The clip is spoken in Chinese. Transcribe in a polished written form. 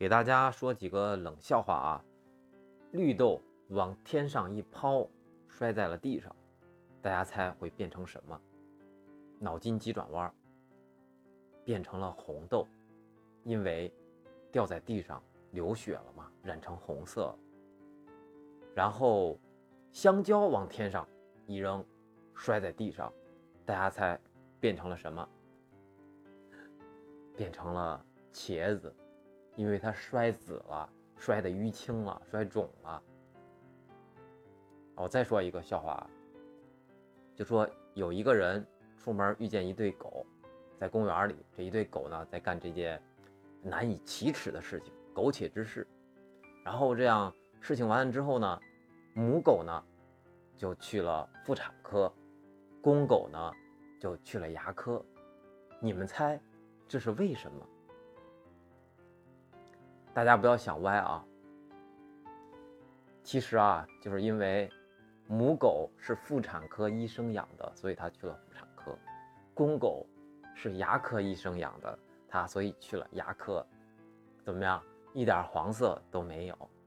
给大家说几个冷笑话啊。绿豆往天上一抛，摔在了地上，大家猜会变成什么？脑筋急转弯，变成了红豆，因为掉在地上流血了嘛，染成红色了。然后香蕉往天上一扔，摔在地上，大家猜变成了什么？变成了茄子，因为它摔紫了，摔得淤青了，摔肿了。我再说一个笑话，就说有一个人出门遇见一对狗，在公园里，这一对狗呢在干这件难以启齿的事情，苟且之事。然后这样事情完了之后呢，母狗呢就去了妇产科，公狗呢就去了牙科。你们猜这是为什么？大家不要想歪啊，其实啊，就是因为母狗是妇产科医生养的，所以它去了妇产科；公狗是牙科医生养的，它所以去了牙科。怎么样？一点黄色都没有。